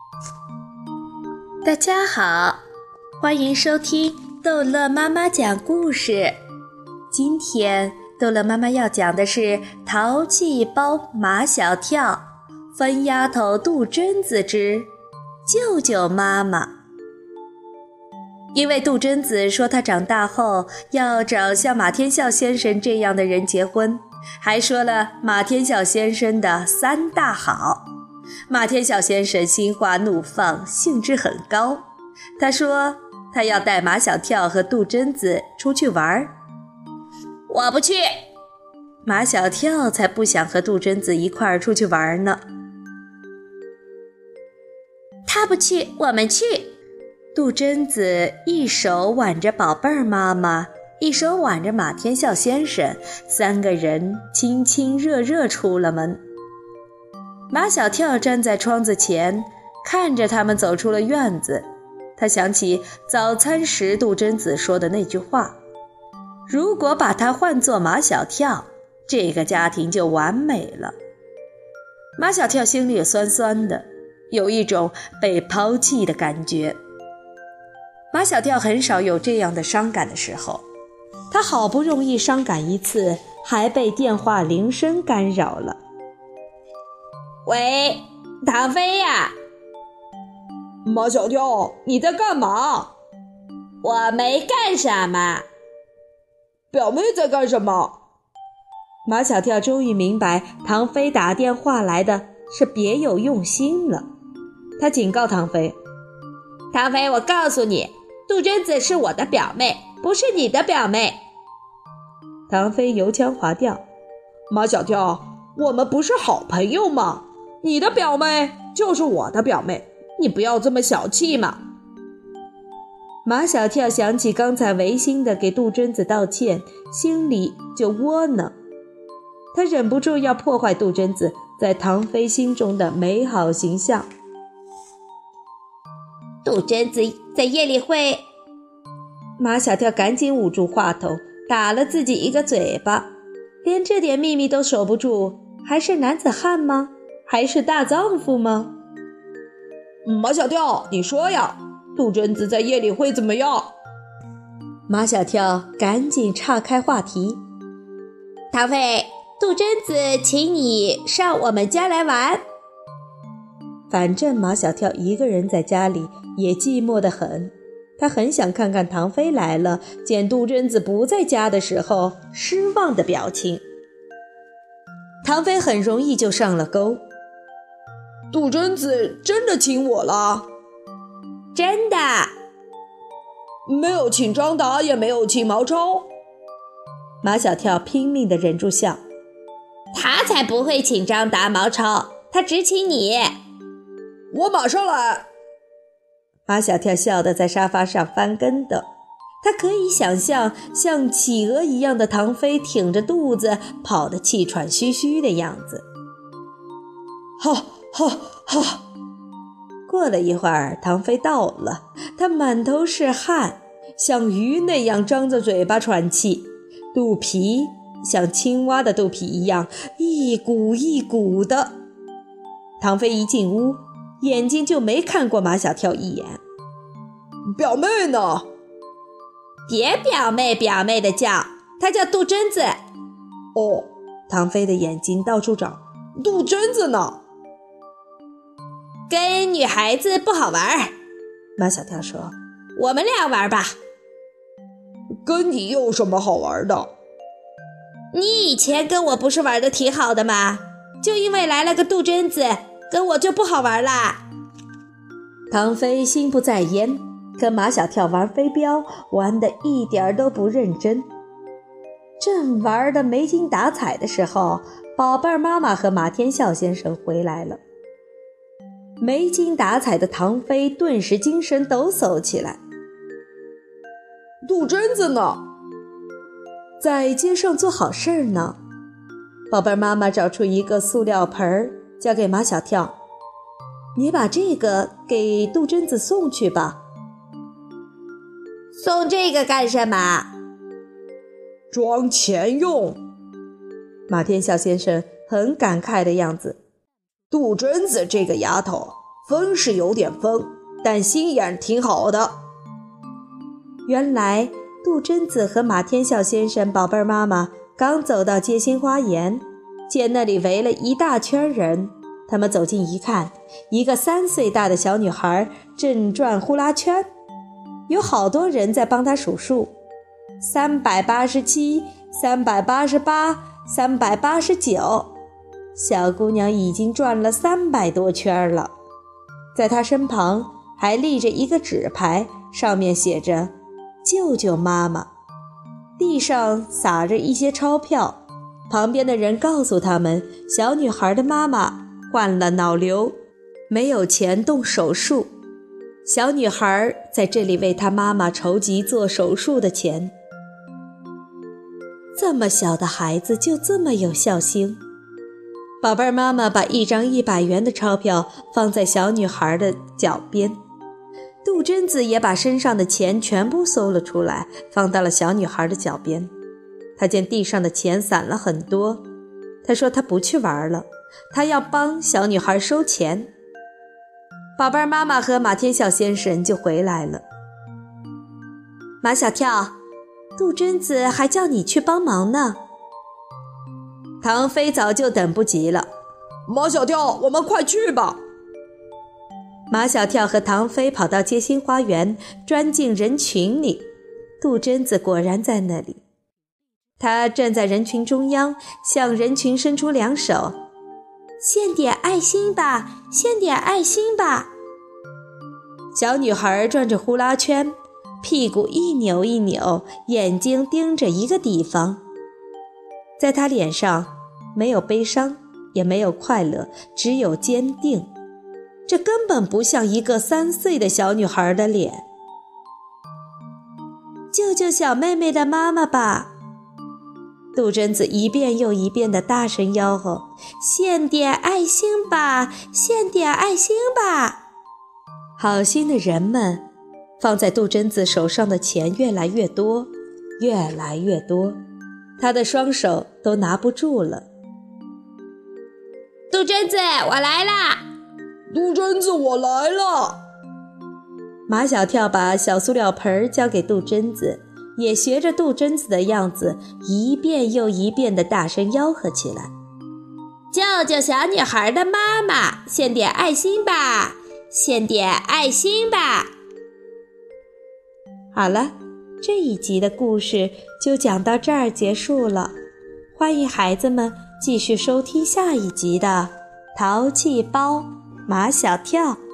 大家好，欢迎收听逗乐妈妈讲故事。今天逗乐妈妈要讲的是淘气包马小跳、疯丫头杜真子之救救妈妈。因为杜真子说她长大后要找像马天笑先生这样的人结婚，还说了马天笑先生的3大好。马天笑先生心花怒放，兴致很高。他说他要带马小跳和杜真子出去玩。我不去，马小跳才不想和杜真子一块儿出去玩呢。他不去，我们去。杜真子一手挽着宝贝儿妈妈，一手挽着马天笑先生，3个人亲亲热热出了门。马小跳站在窗子前，看着他们走出了院子。他想起早餐时杜真子说的那句话，如果把他换作马小跳，这个家庭就完美了。马小跳心里也酸酸的，有一种被抛弃的感觉。马小跳很少有这样的伤感的时候，他好不容易伤感一次，还被电话铃声干扰了。喂，唐飞呀。 马小跳，你在干嘛？ 我没干什么。 表妹在干什么？ 马小跳终于明白唐飞打电话来的是别有用心了。他警告唐飞，唐飞，我告诉你，杜真子是我的表妹，不是你的表妹。唐飞油腔滑调， 马小跳，我们不是好朋友吗？你的表妹就是我的表妹，你不要这么小气嘛。 马小跳想起刚才违心的给杜真子道歉，心里就窝囊。他忍不住要破坏杜真子在唐飞心中的美好形象。杜真子在夜里会……马小跳赶紧捂住话头，打了自己一个嘴巴。连这点秘密都守不住，还是男子汉吗？还是大丈夫吗？ 马小跳，你说呀，杜真子在夜里会怎么样？ 马小跳赶紧岔开话题。唐飞，杜真子请你上我们家来玩。反正马小跳一个人在家里也寂寞得很，他很想看看唐飞来了见杜真子不在家的时候失望的表情。唐飞很容易就上了钩。 杜真子真的请我了？ 真的。 没有请张达，也没有请毛超。 马小跳拼命地忍住笑。他才不会请张达毛超，他只请你。 我马上来。 马小跳笑得在沙发上翻跟斗。他可以想象像企鹅一样的唐飞挺着肚子跑得气喘吁吁的样子。 哈哈哈！ 过了一会儿，唐飞到了，他满头是汗，像鱼那样张着嘴巴喘气，肚皮像青蛙的肚皮一样一鼓一鼓的。唐飞一进屋，眼睛就没看过马小跳一眼。 表妹呢？ 别表妹表妹的叫，她叫杜真子。 哦， 唐飞的眼睛到处找。 杜真子呢？ 跟女孩子不好玩。马小跳说，我们俩玩吧。 跟你有什么好玩的？ 你以前跟我不是玩的挺好的吗？就因为来了个杜真子，跟我就不好玩啦。唐飞心不在焉，跟马小跳玩飞镖，玩得一点都不认真。正玩得没精打采的时候，宝贝儿妈妈和马天笑先生回来了。没精打采的唐飞顿时精神抖擞起来。 杜真子呢？ 在街上做好事呢。宝贝儿妈妈找出一个塑料盆交给马小跳，你把这个给杜真子送去吧。送这个干什么？ 装钱用。 马天笑先生很感慨的样子。 杜真子这个丫头疯是有点疯，但心眼挺好的。 原来杜真子和马天笑先生宝贝儿妈妈刚走到街心花园，见那里围了一大圈人。他们走近一看，一个3岁大的小女孩正转呼啦圈，有好多人在帮她数数，387、388、389。小姑娘已经转了300多圈了。在她身旁还立着一个纸牌，上面写着救救妈妈。地上撒着一些钞票，旁边的人告诉他们，小女孩的妈妈患了脑瘤，没有钱动手术。小女孩在这里为她妈妈筹集做手术的钱。这么小的孩子就这么有孝心。宝贝儿妈妈把一张100元的钞票放在小女孩的脚边，杜真子也把身上的钱全部搜了出来，放到了小女孩的脚边。她见地上的钱散了很多，她说她不去玩了，她要帮小女孩收钱。宝贝儿妈妈和马天笑先生就回来了。马小跳，杜真子还叫你去帮忙呢。唐飞早就等不及了， 马小跳，我们快去吧。 马小跳和唐飞跑到街心花园，钻进人群里。杜真子果然在那里，他站在人群中央，向人群伸出2手，献点爱心吧，献点爱心吧。小女孩转着呼啦圈，屁股一扭一扭，眼睛盯着一个地方。在她脸上没有悲伤，也没有快乐，只有坚定。这根本不像一个3岁的小女孩的脸。救救小妹妹的妈妈吧！杜真子一遍又一遍地大声吆喝，献点爱心吧，献点爱心吧！好心的人们放在杜真子手上的钱越来越多，越来越多，她的双手都拿不住了。杜真子，我来啦！ 杜真子，我来了！ 马小跳把小塑料盆交给杜真子，也学着杜真子的样子，一遍又一遍地大声吆喝起来：救救小女孩的妈妈，献点爱心吧，献点爱心吧！好了，这一集的故事就讲到这儿结束了。欢迎孩子们继续收听下一集的《淘气包马小跳》。